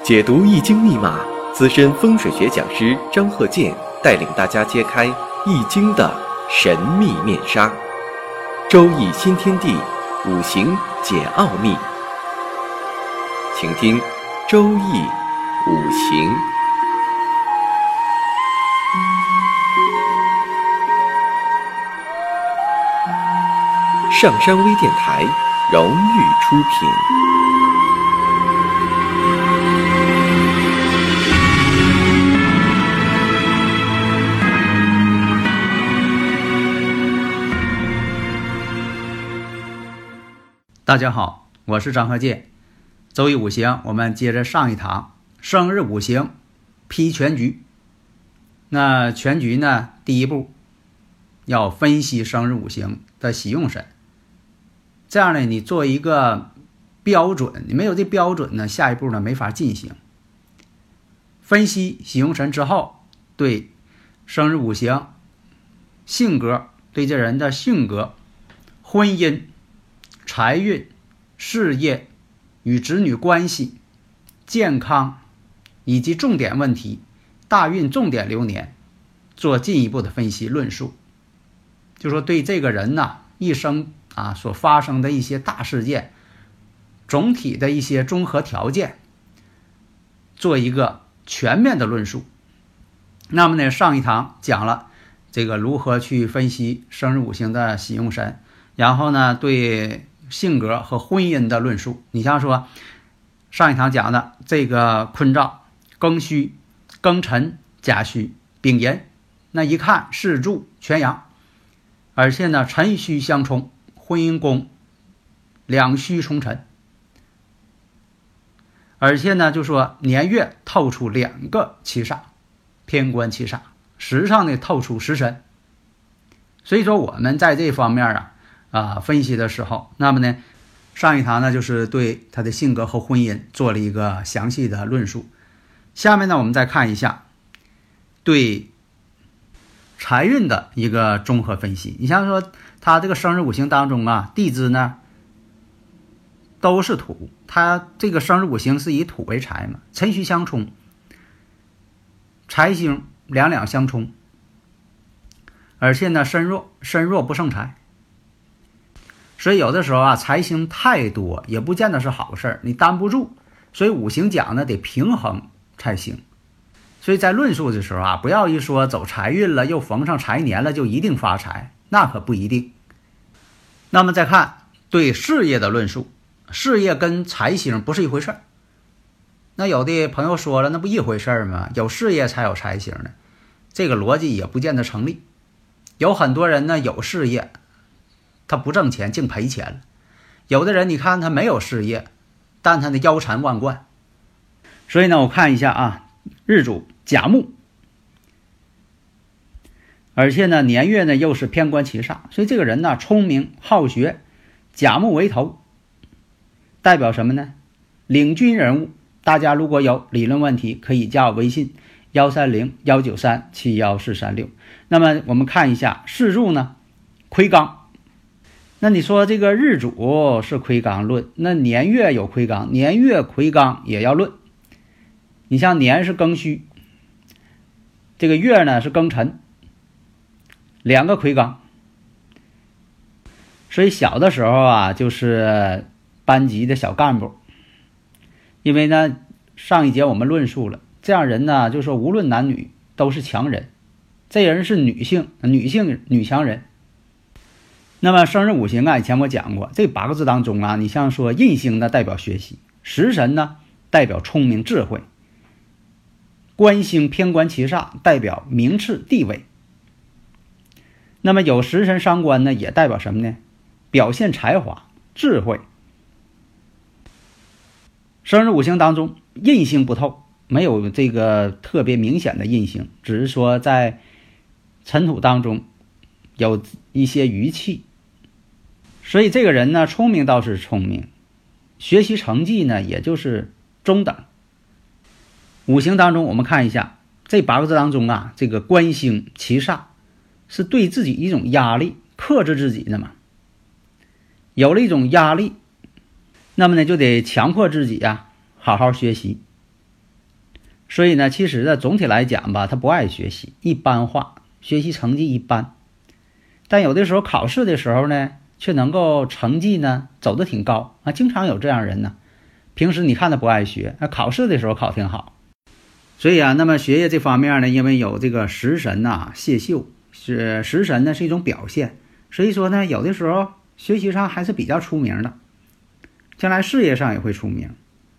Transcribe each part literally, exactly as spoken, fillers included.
解读易经密码，资深风水学讲师张鹤剑带领大家揭开易经的神秘面纱。周易新天地，五行解奥秘。请听周易五行。上山微电台荣誉出品。 大家好，我是张鹤剑。周易五行，我们接着上一堂生日五行批全局。那全局呢，第一步要分析生日五行的喜用神，这样呢，你做一个标准，你没有这标准呢，下一步呢没法进行。分析喜用神之后，对生日五行性格，对这人的性格、婚姻、财运、事业与子女关系、健康以及重点问题、大运重点流年做进一步的分析论述。就说对这个人呢一生啊所发生的一些大事件，总体的一些综合条件做一个全面的论述。那么呢，上一堂讲了这个如何去分析生日五行的喜用神，然后呢对性格和婚姻的论述。你像说上一堂讲的这个坤兆庚戌、庚辰、甲戌、丙寅，那一看四柱全阳，而且呢辰戌相冲，婚姻宫两戌冲辰，而且呢就说年月透出两个七煞，偏官七煞，时上呢透出食神。所以说我们在这方面啊啊分析的时候，那么呢上一堂呢就是对他的性格和婚姻做了一个详细的论述。下面呢我们再看一下对财运的一个综合分析。你像说他这个生日五行当中啊，地支呢都是土，他这个生日五行是以土为财嘛，辰戌相冲，财星两两相冲，而且呢身弱，身弱不胜财。所以有的时候啊，财星太多也不见得是好事，你担不住。所以五行讲呢得平衡才行。所以在论述的时候啊，不要一说走财运了，又逢上财年了，就一定发财，那可不一定。那么再看对事业的论述，事业跟财星不是一回事。那有的朋友说了，那不一回事吗？有事业才有财星呢，这个逻辑也不见得成立。有很多人呢有事业，他不挣钱，净赔钱了。有的人你看他没有事业，但他的腰缠万贯。所以呢我看一下啊，日主甲木，而且呢年月呢又是偏官七煞，所以这个人呢聪明好学，甲木为头，代表什么呢？领军人物。大家如果有理论问题可以加我微信一三零一九三七一四三六。那么我们看一下四柱呢魁罡。那你说这个日主是魁罡论，那年月有魁罡，年月魁罡也要论。你像年是庚戌，这个月呢是庚辰，两个魁罡。所以小的时候啊，就是班级的小干部。因为呢上一节我们论述了，这样人呢就说无论男女都是强人，这人是女性女性女强人。那么生日五行啊，以前我讲过，这八个字当中啊，你像说印星呢代表学习，食神呢代表聪明智慧，官星偏官七煞代表名次地位。那么有食神伤官呢，也代表什么呢？表现才华智慧。生日五行当中印星不透，没有这个特别明显的印星，只是说在尘土当中有一些余气。所以这个人呢聪明倒是聪明，学习成绩呢也就是中等。五行当中我们看一下这八个字当中啊，这个官星七煞是对自己一种压力，克制自己的嘛。有了一种压力，那么呢就得强迫自己啊好好学习， 所以呢，其实呢，总体来讲吧，他不爱学习，一般化，学习成绩一般。但有的时候考试的时候呢，却能够成绩呢走得挺高啊，经常有这样人呢。平时你看他不爱学，那考试的时候考挺好。所以啊，那么学业这方面呢，因为有这个食神呐、啊、泄秀，是食神呢是一种表现，所以说呢，有的时候学习上还是比较出名的，将来事业上也会出名，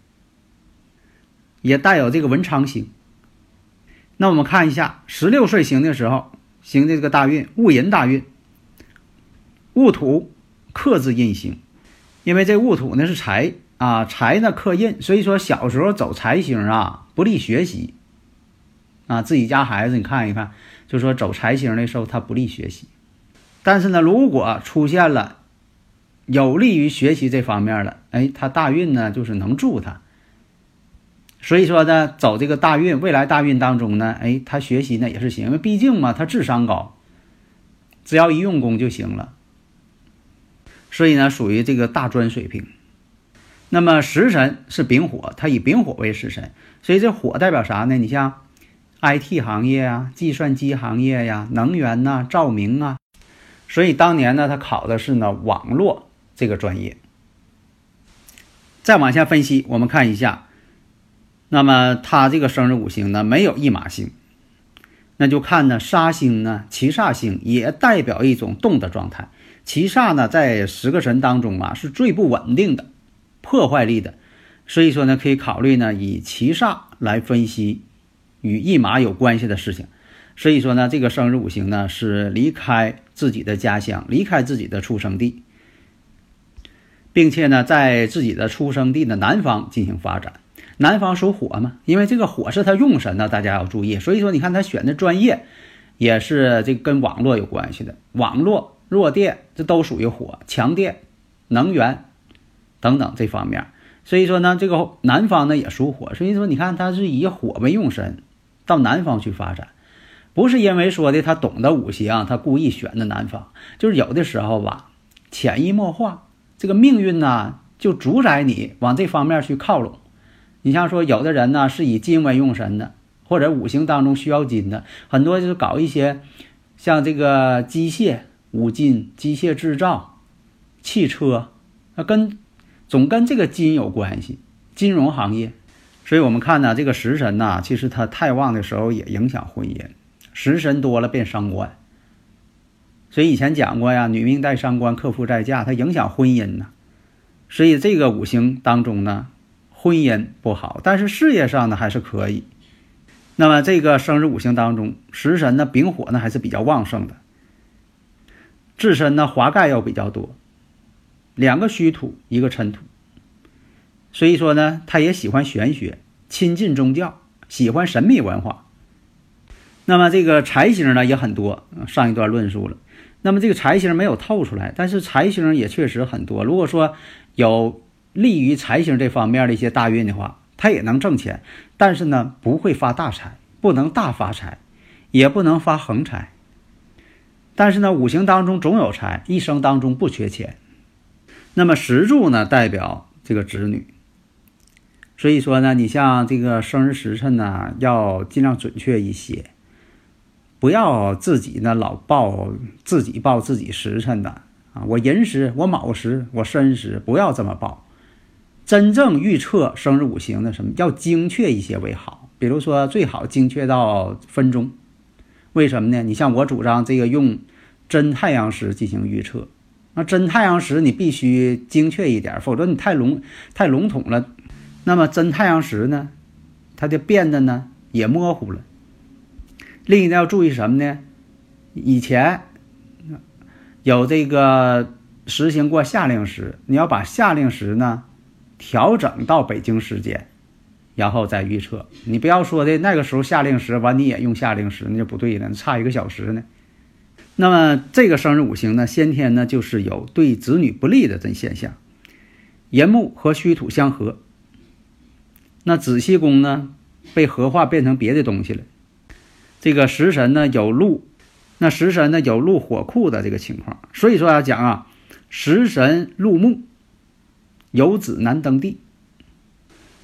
也带有这个文昌星。那我们看一下十六岁行的时候行的这个大运，戊寅大运，戊土克制印星，因为这戊土呢是财啊，财呢克印，所以说小时候走财星啊不利学习啊，自己家孩子你看一看，就说走财星的时候他不利学习。但是呢，如果出现了有利于学习这方面的，哎，他大运呢就是能助他。所以说呢，走这个大运，未来大运当中呢，哎，他学习呢也是行，因为毕竟嘛，他智商高，只要一用功就行了。所以呢，属于这个大专水平。那么食神是丙火，它以丙火为食神，所以这火代表啥呢？你像 I T 行业啊、计算机行业呀、能源呐、照明啊。所以当年呢，他考的是呢网络这个专业。再往下分析，我们看一下，那么他这个生日五行呢没有驿马星，那就看呢杀星呢、七煞星也代表一种动的状态。七煞呢在十个神当中啊是最不稳定的，破坏力的，所以说呢可以考虑呢以七煞来分析与驿马有关系的事情。所以说呢，这个生日五行呢是离开自己的家乡，离开自己的出生地，并且呢在自己的出生地的南方进行发展。南方属火嘛，因为这个火是他用神呢，大家要注意。所以说你看他选的专业也是这个跟网络有关系的，网络、弱电这都属于火，强电、能源等等这方面。所以说呢，这个南方呢也属火，所以说你看他是以火为用神到南方去发展。不是因为说的他懂得五行，他故意选的南方，就是有的时候吧，潜移默化，这个命运呢就主宰你往这方面去靠拢。你像说有的人呢是以金为用神的，或者五行当中需要金的，很多就是搞一些像这个机械、五金、机械制造、汽车，跟总跟这个金有关系，金融行业。所以我们看呢，这个食神呢，其实它太旺的时候也影响婚姻。食神多了变伤官，所以以前讲过呀，女命带伤官，克夫在嫁，它影响婚姻呢。所以这个五行当中呢，婚姻不好，但是事业上呢还是可以。那么这个生日五行当中，食神呢丙火呢还是比较旺盛的，自身呢华盖又比较多，两个虚土，一个辰土。所以说呢，他也喜欢玄学，亲近宗教，喜欢神秘文化。那么这个财星呢也很多，上一段论述了。那么这个财星没有透出来，但是财星也确实很多。如果说有利于财星这方面的一些大运的话，它也能挣钱，但是呢不会发大财，不能大发财，也不能发横财。但是呢五行当中总有财，一生当中不缺钱。那么时柱呢代表这个子女，所以说呢你像这个生日时辰呢要尽量准确一些，不要自己呢老报自己报自己时辰的啊，我寅时，我卯时，我申时，不要这么报。真正预测生日五行的什么要精确一些为好，比如说最好精确到分钟。为什么呢？你像我主张这个用真太阳时进行预测，那真太阳时你必须精确一点，否则你太笼太笼统了。那么真太阳时呢，它就变得呢也模糊了。另一个要注意什么呢？以前有这个实行过夏令时，你要把夏令时呢调整到北京时间，然后再预测。你不要说的那个时候夏令时完你也用夏令时，那就不对了，差一个小时呢。那么这个生日五行呢，先天呢就是有对子女不利的这现象，寅木和戌土相合，那子息宫呢被合化变成别的东西了。这个食神呢有禄，那食神呢有禄火库的这个情况，所以说要讲啊，食神禄木，有子难登第。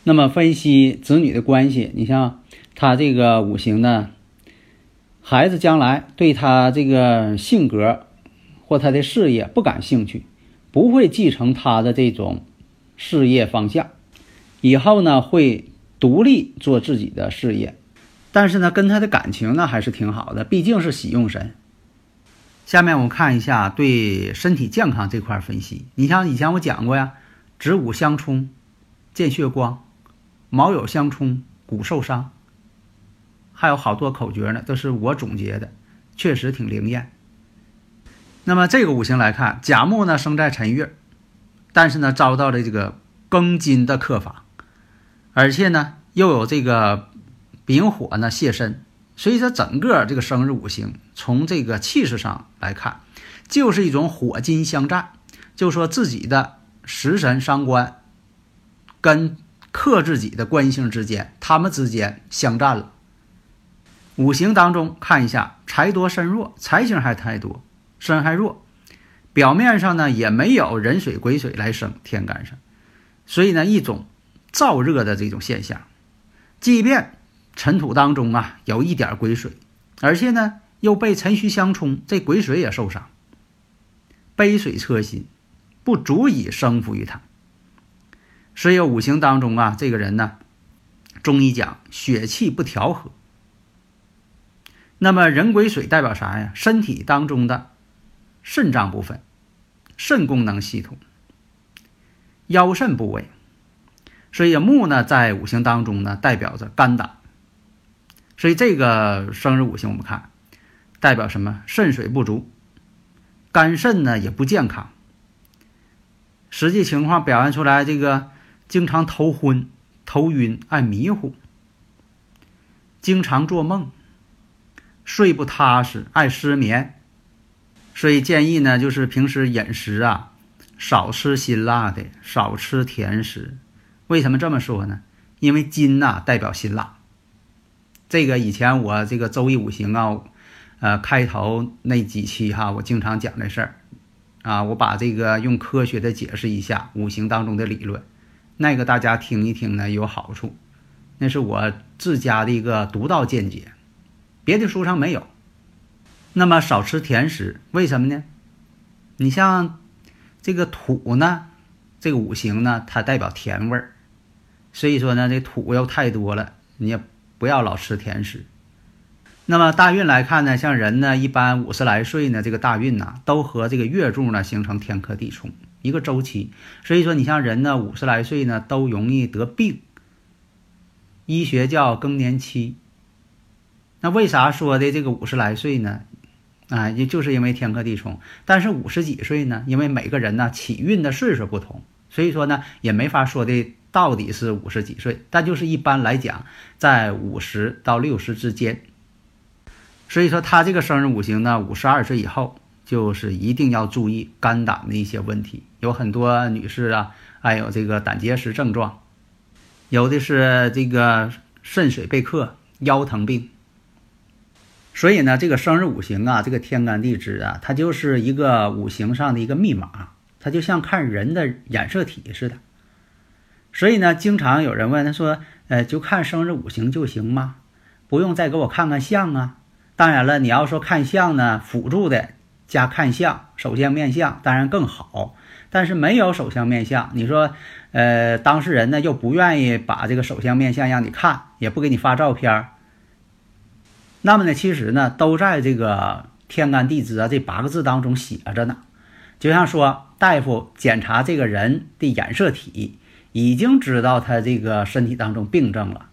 那么分析子女的关系，你像他这个五行呢，孩子将来对他这个性格或他的事业不感兴趣，不会继承他的这种事业方向，以后呢会独立做自己的事业，但是呢跟他的感情呢还是挺好的，毕竟是喜用神。下面我们看一下对身体健康这块分析。你像以前我讲过呀，子午相冲见血光，卯酉相冲骨受伤，还有好多口诀呢，都是我总结的，确实挺灵验。那么这个五行来看，甲木呢生在辰月，但是呢遭到了这个庚金的克法，而且呢又有这个丙火呢泄身，所以说整个这个生日五行从这个气势上来看，就是一种火金相战，就说自己的食神伤官跟克自己的官星之间，他们之间相战了。五行当中看一下，财多身弱，财星还太多，身还弱，表面上呢也没有人水癸水来生天干上，所以呢一种燥热的这种现象。即便尘土当中啊有一点癸水，而且呢又被辰戌相冲，这癸水也受伤，杯水车薪，不足以生服于他。所以五行当中啊，这个人呢，中医讲血气不调和。那么人癸水代表啥呀？身体当中的肾脏部分，肾功能系统，腰肾部位。所以木呢在五行当中呢代表着肝胆，所以这个生日五行我们看代表什么？肾水不足，肝肾呢也不健康。实际情况表现出来，这个经常头昏头晕，爱迷糊，经常做梦，睡不踏实，爱失眠。所以建议呢就是平时饮食啊少吃辛辣的，少吃甜食。为什么这么说呢？因为金呐、啊、代表辛辣。这个以前我这个周易五行啊呃开头那几期哈，我经常讲这事儿啊，我把这个用科学的解释一下五行当中的理论，那个大家听一听呢有好处，那是我自家的一个独到见解，别的书上没有。那么少吃甜食，为什么呢？你像这个土呢，这个五行呢它代表甜味儿，所以说呢这土又太多了，你也不要老吃甜食。那么大运来看呢，像人呢一般五十来岁呢，这个大运呢都和这个月柱呢形成天克地冲一个周期，所以说你像人呢五十来岁呢都容易得病，医学叫更年期。那为啥说的这个五十来岁呢？啊，也就是因为天克地冲。但是五十几岁呢，因为每个人呢起运的岁数不同，所以说呢也没法说的到底是五十几岁，但就是一般来讲在五十到六十之间。所以说他这个生日五行呢五十二岁以后就是一定要注意肝胆的一些问题，有很多女士啊还有这个胆结石症状，有的是这个肾水被克，腰疼病。所以呢这个生日五行啊，这个天干地支啊，它就是一个五行上的一个密码，它就像看人的染色体似的。所以呢经常有人问他说呃，就看生日五行就行吗？不用再给我看看相啊？当然了，你要说看相呢，辅助的加看相手相面相当然更好，但是没有手相面相，你说呃，当事人呢又不愿意把这个手相面相让你看，也不给你发照片，那么呢其实呢都在这个天干地支啊这八个字当中写着呢。就像说大夫检查这个人的染色体，已经知道他这个身体当中病症了。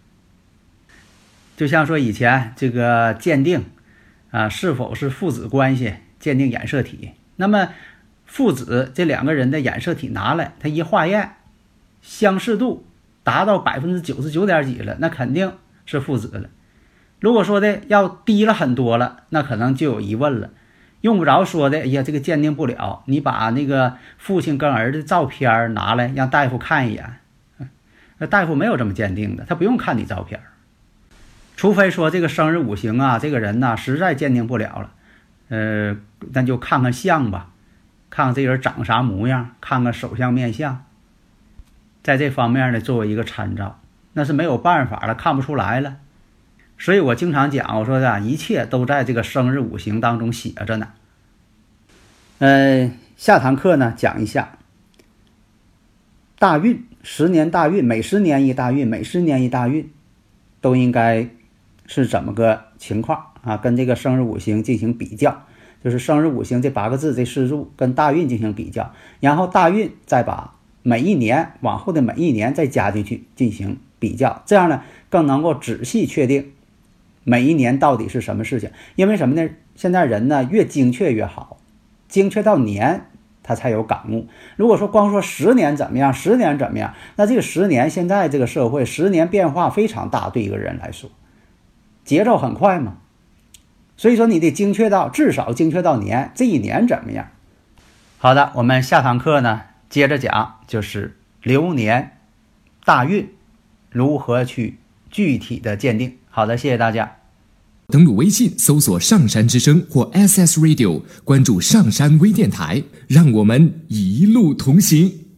就像说以前这个鉴定啊是否是父子关系，鉴定染色体，那么父子这两个人的染色体拿来，他一化验相似度达到百分之九十九点几了，那肯定是父子了。如果说的要低了很多了，那可能就有疑问了。用不着说的，哎呀，这个鉴定不了，你把那个父亲跟儿子照片拿来让大夫看一眼，那大夫没有这么鉴定的，他不用看你照片，除非说这个生日五行啊，这个人呢实在鉴定不了了，呃，那就看看相吧，看看这人长啥模样，看看手相面相。 在这方面呢作为一个参照，那是没有办法了，看不出来了。所以我经常讲，我说的一切都在这个生日五行当中写着呢。呃，下堂课呢讲一下大运，十年大运，每十年一大运，每十年一大运都应该是怎么个情况啊？跟这个生日五行进行比较，就是生日五行这八个字这四柱跟大运进行比较，然后大运再把每一年往后的每一年再加进去进行比较，这样呢更能够仔细确定每一年到底是什么事情。因为什么呢？现在人呢越精确越好，精确到年他才有感悟。如果说光说十年怎么样，十年怎么样，那这个十年现在这个社会十年变化非常大，对一个人来说节奏很快嘛，所以说你得精确到至少精确到年，这一年怎么样。好的，我们下堂课呢接着讲，就是流年大运如何去具体的鉴定。好的，谢谢大家。 登录微信搜索上山之声或 S S Radio， 关注上山微电台，让我们一路同行。